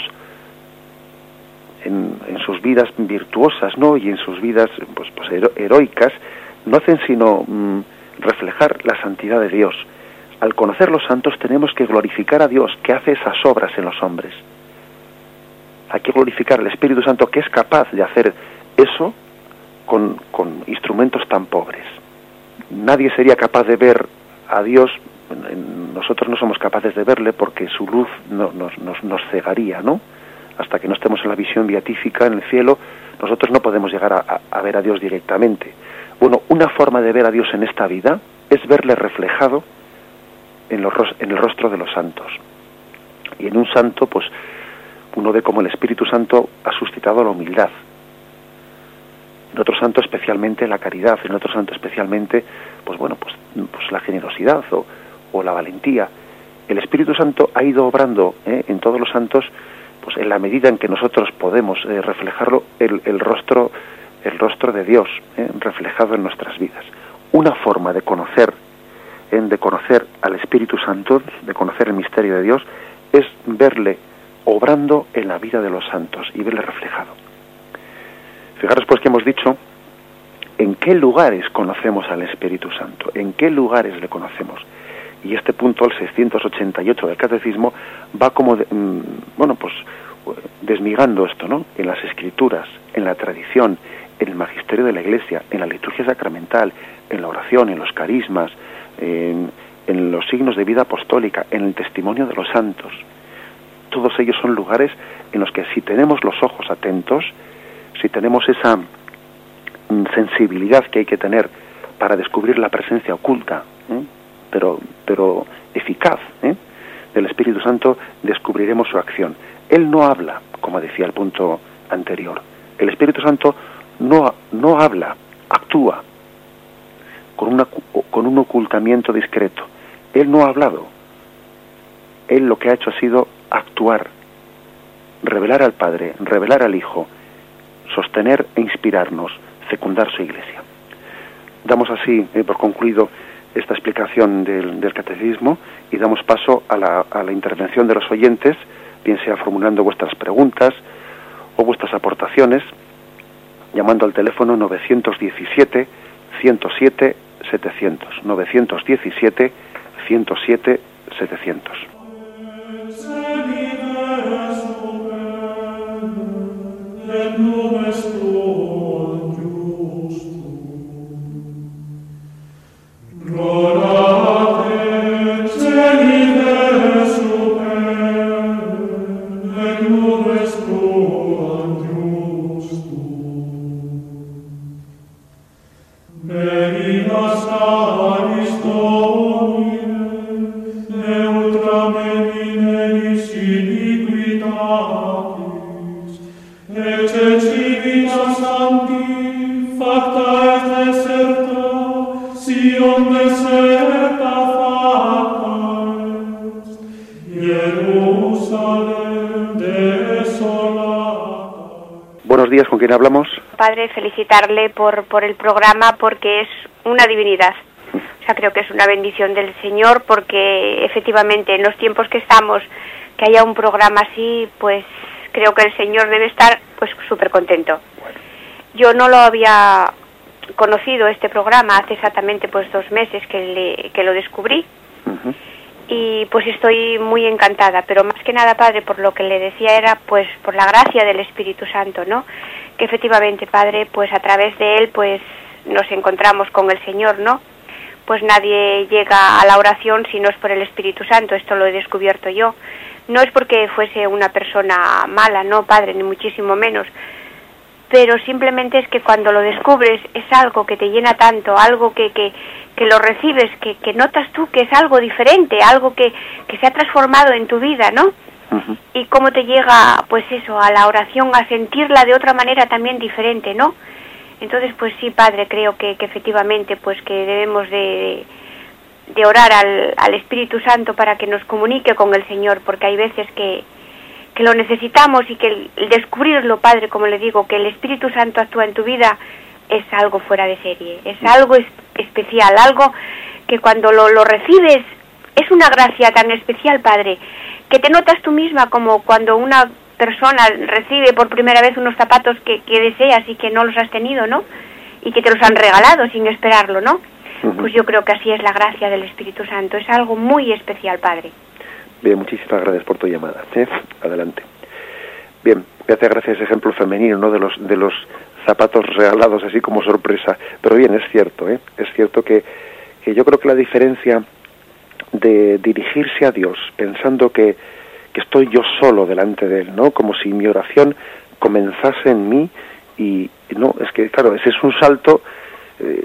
en, en sus vidas virtuosas, ¿no?, y en sus vidas pues, pues hero, heroicas, no hacen sino mmm, reflejar la santidad de Dios. Al conocer los santos tenemos que glorificar a Dios, que hace esas obras en los hombres. Hay que glorificar al Espíritu Santo, que es capaz de hacer eso con, con instrumentos tan pobres. Nadie sería capaz de ver a Dios. Nosotros no somos capaces de verle porque su luz no, nos, nos, nos cegaría, ¿no? Hasta que no estemos en la visión beatífica en el cielo, nosotros no podemos llegar a, a, a ver a Dios directamente. Bueno, una forma de ver a Dios en esta vida es verle reflejado en, los, en el rostro de los santos. Y en un santo, pues, uno ve como el Espíritu Santo ha suscitado la humildad. En otro santo especialmente la caridad, en otro santo especialmente, pues bueno, pues, pues la generosidad o, o la valentía. El Espíritu Santo ha ido obrando ¿eh? en todos los santos, pues en la medida en que nosotros podemos eh, reflejarlo, el, el rostro, el rostro de Dios ¿eh? reflejado en nuestras vidas. Una forma de conocer, ¿eh? de conocer al Espíritu Santo, de conocer el misterio de Dios, es verle obrando en la vida de los santos y verle reflejado. Fijaros pues que hemos dicho en qué lugares conocemos al Espíritu Santo, en qué lugares le conocemos. Y este punto, el seiscientos ochenta y ocho del Catecismo, va como, de, mmm, bueno, pues desmigando esto, ¿no? En las Escrituras, en la tradición, en el magisterio de la Iglesia, en la liturgia sacramental, en la oración, en los carismas, en, en los signos de vida apostólica, en el testimonio de los santos. Todos ellos son lugares en los que si tenemos los ojos atentos, si tenemos esa sensibilidad que hay que tener para descubrir la presencia oculta, ¿eh? pero pero eficaz ¿eh? del Espíritu Santo, descubriremos su acción. Él no habla, como decía el punto anterior. El Espíritu Santo no, no habla, actúa con, una, con un ocultamiento discreto. Él no ha hablado. Él lo que ha hecho ha sido actuar, revelar al Padre, revelar al Hijo, sostener e inspirarnos, fecundar su Iglesia. Damos así eh, por concluido esta explicación del, del Catecismo y damos paso a la, a la intervención de los oyentes, bien sea formulando vuestras preguntas o vuestras aportaciones, llamando al teléfono novecientos diecisiete, ciento siete, setecientos, novecientos diecisiete, ciento siete, setecientos. Buenos días, ¿con quién hablamos? Padre, felicitarle por, por el programa porque es una divinidad. O sea, creo que es una bendición del Señor porque efectivamente en los tiempos que estamos, que haya un programa así, pues creo que el Señor debe estar pues súper contento. Yo no lo había conocido este programa hace exactamente pues dos meses que, le, que lo descubrí. Uh-huh. Y pues estoy muy encantada, pero más que nada, Padre, por lo que le decía era pues por la gracia del Espíritu Santo, ¿no? Que efectivamente, Padre, pues a través de él pues nos encontramos con el Señor, ¿no? Pues nadie llega a la oración si no es por el Espíritu Santo, esto lo he descubierto yo. No es porque fuese una persona mala, no, Padre, ni muchísimo menos, pero simplemente es que cuando lo descubres es algo que te llena tanto, algo que, que, que lo recibes, que, que notas tú que es algo diferente, algo que, que se ha transformado en tu vida, ¿no? Uh-huh. Y cómo te llega, pues eso, a la oración, a sentirla de otra manera también diferente, ¿no? Entonces, pues sí, Padre, creo que, que efectivamente, pues que debemos de, de orar al, al Espíritu Santo para que nos comunique con el Señor, porque hay veces que, que lo necesitamos y que el, el descubrirlo, Padre, como le digo, que el Espíritu Santo actúa en tu vida, es algo fuera de serie, es algo es, especial, algo que cuando lo, lo recibes es una gracia tan especial, Padre, que te notas tú misma como cuando una persona recibe por primera vez unos zapatos que, que deseas y que no los has tenido, ¿no? Y que te los han regalado sin esperarlo, ¿no? Uh-huh. Pues yo creo que así es la gracia del Espíritu Santo, es algo muy especial, Padre. Bien, muchísimas gracias por tu llamada. ¿eh? Adelante. Bien, me hace gracia ese ejemplo femenino, ¿no? De los de los zapatos regalados así como sorpresa. Pero bien, es cierto, ¿eh? Es cierto que, que yo creo que la diferencia de dirigirse a Dios pensando que, que estoy yo solo delante de Él, ¿no? Como si mi oración comenzase en mí y, no, es que, claro, ese es un salto eh,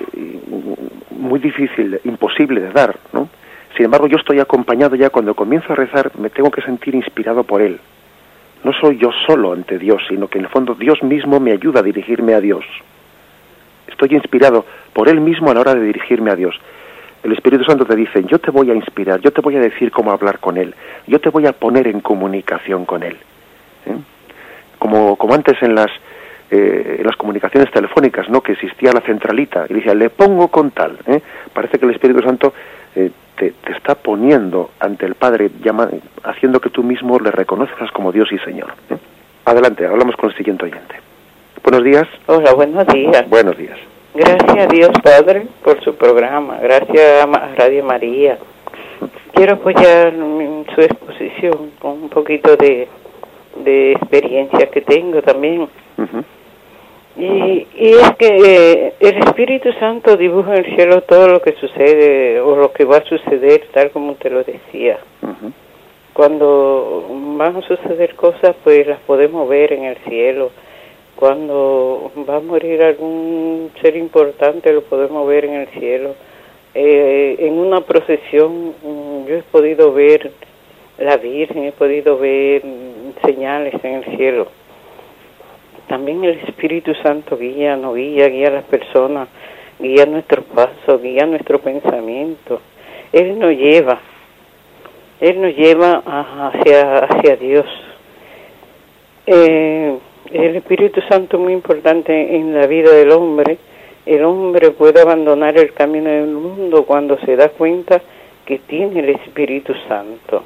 muy difícil, imposible de dar, ¿no? Sin embargo, yo estoy acompañado ya cuando comienzo a rezar, me tengo que sentir inspirado por Él. No soy yo solo ante Dios, sino que en el fondo Dios mismo me ayuda a dirigirme a Dios. Estoy inspirado por Él mismo a la hora de dirigirme a Dios. El Espíritu Santo te dice, yo te voy a inspirar, yo te voy a decir cómo hablar con Él, yo te voy a poner en comunicación con Él. ¿Eh? Como, como antes en las, eh, en las comunicaciones telefónicas, ¿no? Que existía la centralita, y decía, le pongo con tal. ¿eh? Parece que el Espíritu Santo eh, te, te está poniendo ante el Padre, llama, haciendo que tú mismo le reconozcas como Dios y Señor. ¿eh? Adelante, hablamos con el siguiente oyente. Buenos días. Hola, buenos días. Buenos días. Gracias a Dios, Padre, por su programa. Gracias a Radio María. Quiero apoyar su exposición con un poquito de, de experiencia que tengo también. Uh-huh. Y, y es que eh, el Espíritu Santo dibuja en el cielo todo lo que sucede o lo que va a suceder, tal como usted lo decía. Uh-huh. Cuando van a suceder cosas, pues las podemos ver en el cielo. Cuando va a morir algún ser importante, lo podemos ver en el cielo. Eh, en una procesión, yo he podido ver la Virgen, he podido ver señales en el cielo. También el Espíritu Santo guía, nos guía, guía a las personas, guía nuestros pasos, guía nuestro pensamiento. Él nos lleva, Él nos lleva hacia, hacia Dios. Eh, El Espíritu Santo es muy importante en la vida del hombre. El hombre puede abandonar el camino del mundo cuando se da cuenta que tiene el Espíritu Santo.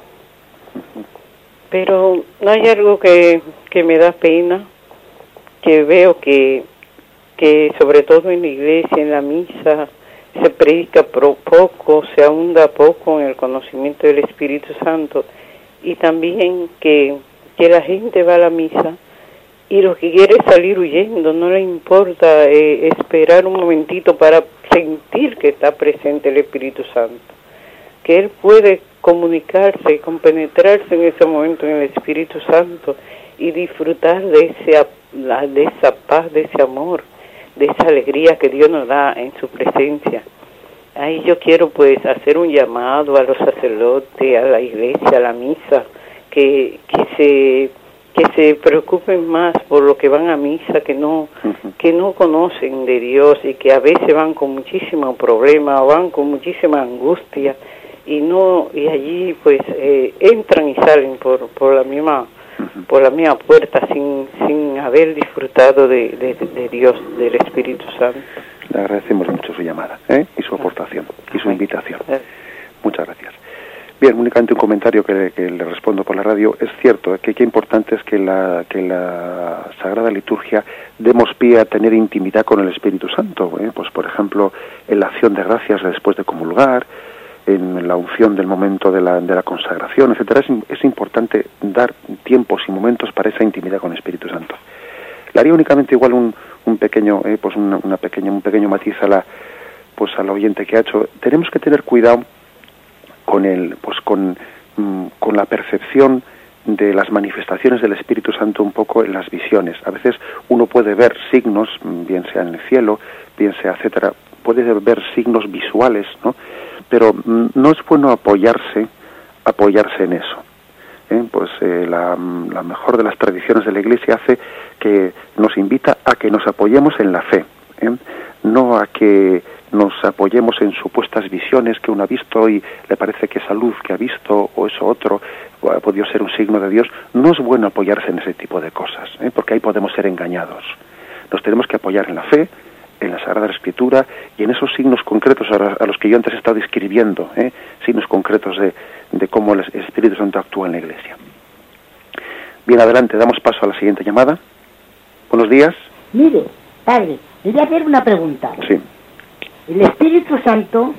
Pero hay algo que, que me da pena, que veo que, que sobre todo en la iglesia, en la misa, se predica poco, se ahonda poco en el conocimiento del Espíritu Santo, y también que, que la gente va a la misa y lo que quiere es salir huyendo, no le importa eh, esperar un momentito para sentir que está presente el Espíritu Santo, que Él puede comunicarse, compenetrarse en ese momento en el Espíritu Santo y disfrutar de, ese, de esa paz, de ese amor, de esa alegría que Dios nos da en su presencia. Ahí yo quiero pues hacer un llamado a los sacerdotes, a la iglesia, a la misa, que, que se... que se preocupen más por lo que van a misa, que no uh-huh. que no conocen de Dios y que a veces van con muchísimo problema, van con muchísima angustia y no y allí pues eh, entran y salen por por la misma uh-huh. por la misma puerta sin sin haber disfrutado de, de, de Dios, del Espíritu Santo. Le agradecemos mucho su llamada, ¿eh? y su aportación y su invitación. Muchas gracias. Bien, únicamente un comentario que, que le respondo por la radio. Es cierto ¿eh? que qué importante es que la, que la Sagrada Liturgia demos pie a tener intimidad con el Espíritu Santo. ¿eh? Pues, por ejemplo, en la acción de gracias después de comulgar, en la unción del momento de la, de la consagración, etcétera. Es, es importante dar tiempos y momentos para esa intimidad con el Espíritu Santo. Le haría únicamente igual un, un pequeño, eh, pues una, una pequeña, un pequeño matiz a la, pues al oyente que ha hecho. Tenemos que tener cuidado con el pues con, con la percepción de las manifestaciones del Espíritu Santo un poco en las visiones. A veces uno puede ver signos, bien sea en el cielo, bien sea etcétera, puede ver signos visuales, ¿no? Pero no es bueno apoyarse, apoyarse en eso. ¿eh? Pues eh, la, la mejor de las tradiciones de la Iglesia hace que nos invita a que nos apoyemos en la fe, ¿eh? no a que nos apoyemos en supuestas visiones que uno ha visto y le parece que esa luz que ha visto o eso otro ha podido ser un signo de Dios. No es bueno apoyarse en ese tipo de cosas, ¿eh? porque ahí podemos ser engañados. Nos tenemos que apoyar en la fe, en la Sagrada Escritura y en esos signos concretos a los que yo antes he estado describiendo, ¿eh? signos concretos de, de cómo el Espíritu Santo actúa en la Iglesia. Bien, adelante, damos paso a la siguiente llamada. Buenos días. Mire, padre, le voy a hacer una pregunta. Sí. El Espíritu Santo,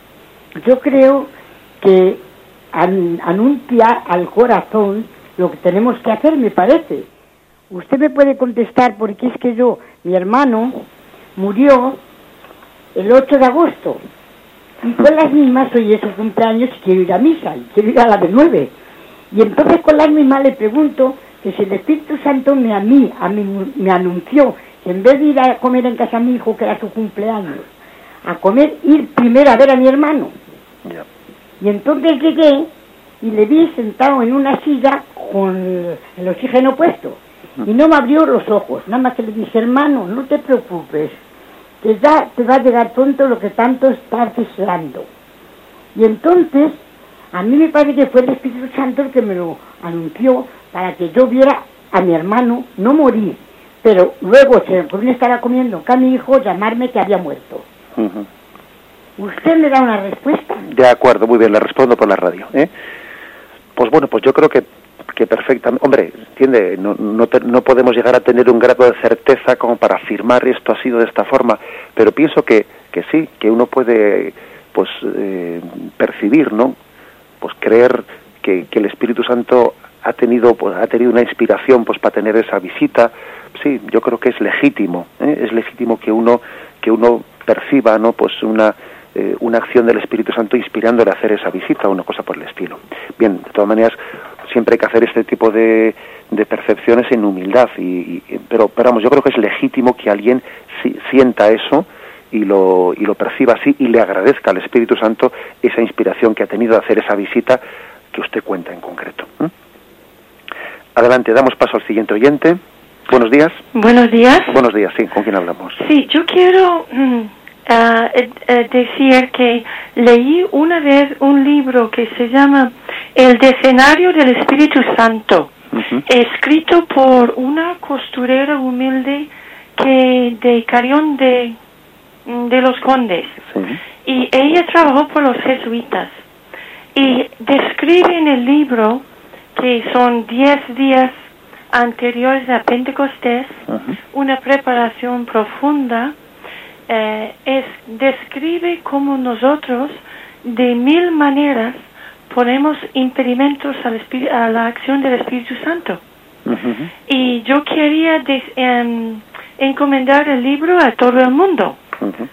yo creo que an, anuncia al corazón lo que tenemos que hacer, me parece. Usted me puede contestar porque es que yo, mi hermano, murió el ocho de agosto. Y con las mismas, hoy es su cumpleaños y quiero ir a misa, y quiero ir a la de nueve. Y entonces con las mismas le pregunto que si el Espíritu Santo me a mí, a mí me anunció, que en vez de ir a comer en casa a mi hijo, que era su cumpleaños, a comer, ir primero a ver a mi hermano. Yeah. Y entonces llegué y le vi sentado en una silla con el oxígeno puesto. Y no me abrió los ojos, nada más que le dije, hermano, no te preocupes, que ya te va a llegar pronto lo que tanto estás deseando. Y entonces, a mí me parece que fue el Espíritu Santo el que me lo anunció para que yo viera a mi hermano no morir, pero luego se me podría estar comiendo acá a mi hijo, llamarme que había muerto. Uh-huh. ¿Usted me da una respuesta? De acuerdo, muy bien, le respondo por la radio. ¿eh? Pues bueno, pues yo creo que que perfectamente, hombre, entiende, no, no, te, no podemos llegar a tener un grado de certeza como para afirmar esto ha sido de esta forma, pero pienso que, que sí, que uno puede pues eh, percibir, ¿no? Pues creer que, que el Espíritu Santo ha tenido pues, ha tenido una inspiración pues para tener esa visita. Sí, yo creo que es legítimo, ¿eh? es legítimo que uno que uno perciba, ¿no? Pues una eh, una acción del Espíritu Santo inspirándole a hacer esa visita o una cosa por el estilo. Bien, de todas maneras, siempre hay que hacer este tipo de, de percepciones en humildad, y, y, pero, pero vamos, yo creo que es legítimo que alguien si, sienta eso y lo, y lo perciba así y le agradezca al Espíritu Santo esa inspiración que ha tenido de hacer esa visita que usted cuenta en concreto. ¿Mm? Adelante, damos paso al siguiente oyente. Buenos días. Buenos días. Buenos días, sí, ¿con quién hablamos? Sí, yo quiero mm, uh, uh, decir que leí una vez un libro que se llama El Decenario del Espíritu Santo, uh-huh. escrito por una costurera humilde que de Carrión de, de los Condes. Sí. Y ella trabajó por los jesuitas. Y describe en el libro que son diez días anteriores a Pentecostés, uh-huh. una preparación profunda. Eh, es, describe cómo nosotros, de mil maneras, ponemos impedimentos al espíritu, a la acción del Espíritu Santo. Uh-huh. Y yo quería des, eh, encomendar el libro a todo el mundo. Uh-huh.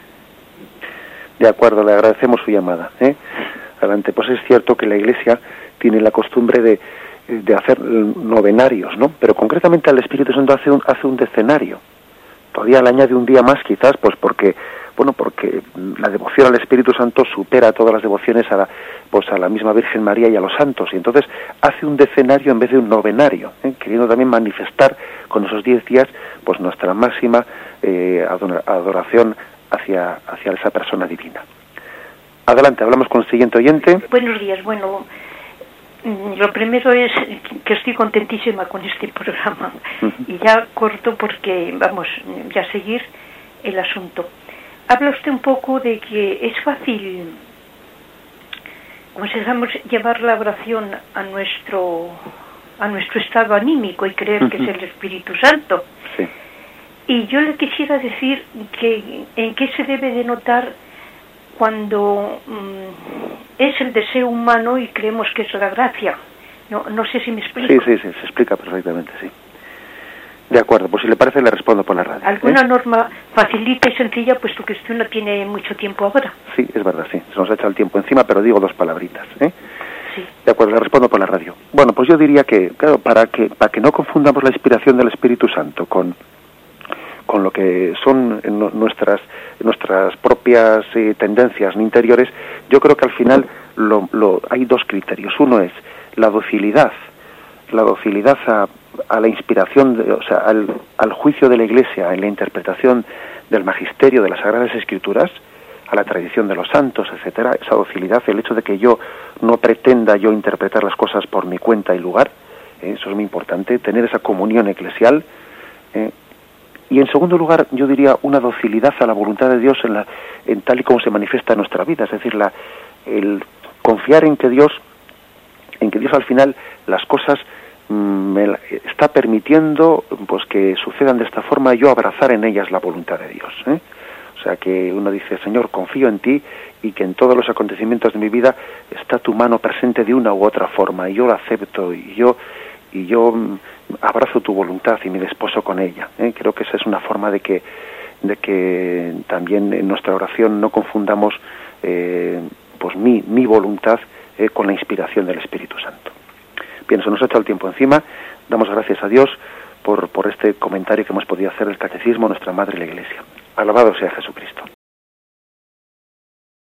De acuerdo, le agradecemos su llamada. ¿eh? Adelante, pues es cierto que la Iglesia tiene la costumbre de, de hacer novenarios, ¿no? Pero concretamente al Espíritu Santo hace un, hace un decenario. Todavía le añade un día más, quizás, pues porque, bueno, porque la devoción al Espíritu Santo supera todas las devociones a la, pues a la misma Virgen María y a los santos, y entonces hace un decenario en vez de un novenario, ¿eh? queriendo también manifestar con esos diez días, pues nuestra máxima eh, adoración hacia, hacia esa persona divina. Adelante, hablamos con el siguiente oyente. Buenos días, bueno, lo primero es que estoy contentísima con este programa. Uh-huh. Y ya corto porque vamos ya a seguir el asunto. Habla usted un poco de que es fácil, como si digamos, llevar la oración a nuestro a nuestro estado anímico y creer uh-huh. que es el Espíritu Santo. Sí. Y yo le quisiera decir que en qué se debe de notar cuando mmm, es el deseo humano y creemos que es la gracia. No, no sé si me explico. Sí, sí, sí, se explica perfectamente, sí. De acuerdo, pues si le parece le respondo por la radio. ¿Alguna ¿eh? norma facilita y sencilla, puesto que usted no tiene mucho tiempo ahora? Sí, es verdad, sí. Se nos ha echado el tiempo encima, pero digo dos palabritas. ¿eh? Sí. De acuerdo, le respondo por la radio. Bueno, pues yo diría que, claro, para que para que no confundamos la inspiración del Espíritu Santo con con lo que son nuestras nuestras propias eh, tendencias interiores, yo creo que al final lo, lo, hay dos criterios. Uno es la docilidad, la docilidad a, a la inspiración, de, o sea, al, al juicio de la Iglesia en la interpretación del magisterio de las Sagradas Escrituras, a la tradición de los santos, etcétera. Esa docilidad, el hecho de que yo no pretenda yo interpretar las cosas por mi cuenta y lugar, eh, eso es muy importante, tener esa comunión eclesial. Eh, y en segundo lugar, yo diría una docilidad a la voluntad de Dios en, la, en tal y como se manifiesta en nuestra vida, es decir, la, el confiar en que Dios, en que Dios al final las cosas mm, me la, está permitiendo pues que sucedan de esta forma, yo abrazar en ellas la voluntad de Dios, ¿eh? O sea, que uno dice, Señor, confío en ti y que en todos los acontecimientos de mi vida está tu mano presente de una u otra forma, y yo lo acepto, y yo y yo abrazo tu voluntad y me desposo con ella, ¿eh? Creo que esa es una forma de que de que también en nuestra oración no confundamos eh, pues mi, mi voluntad eh, con la inspiración del Espíritu Santo. Bien, se nos ha echado el tiempo encima. Damos gracias a Dios por, por este comentario que hemos podido hacer del Catecismo, nuestra Madre la Iglesia. Alabado sea Jesucristo.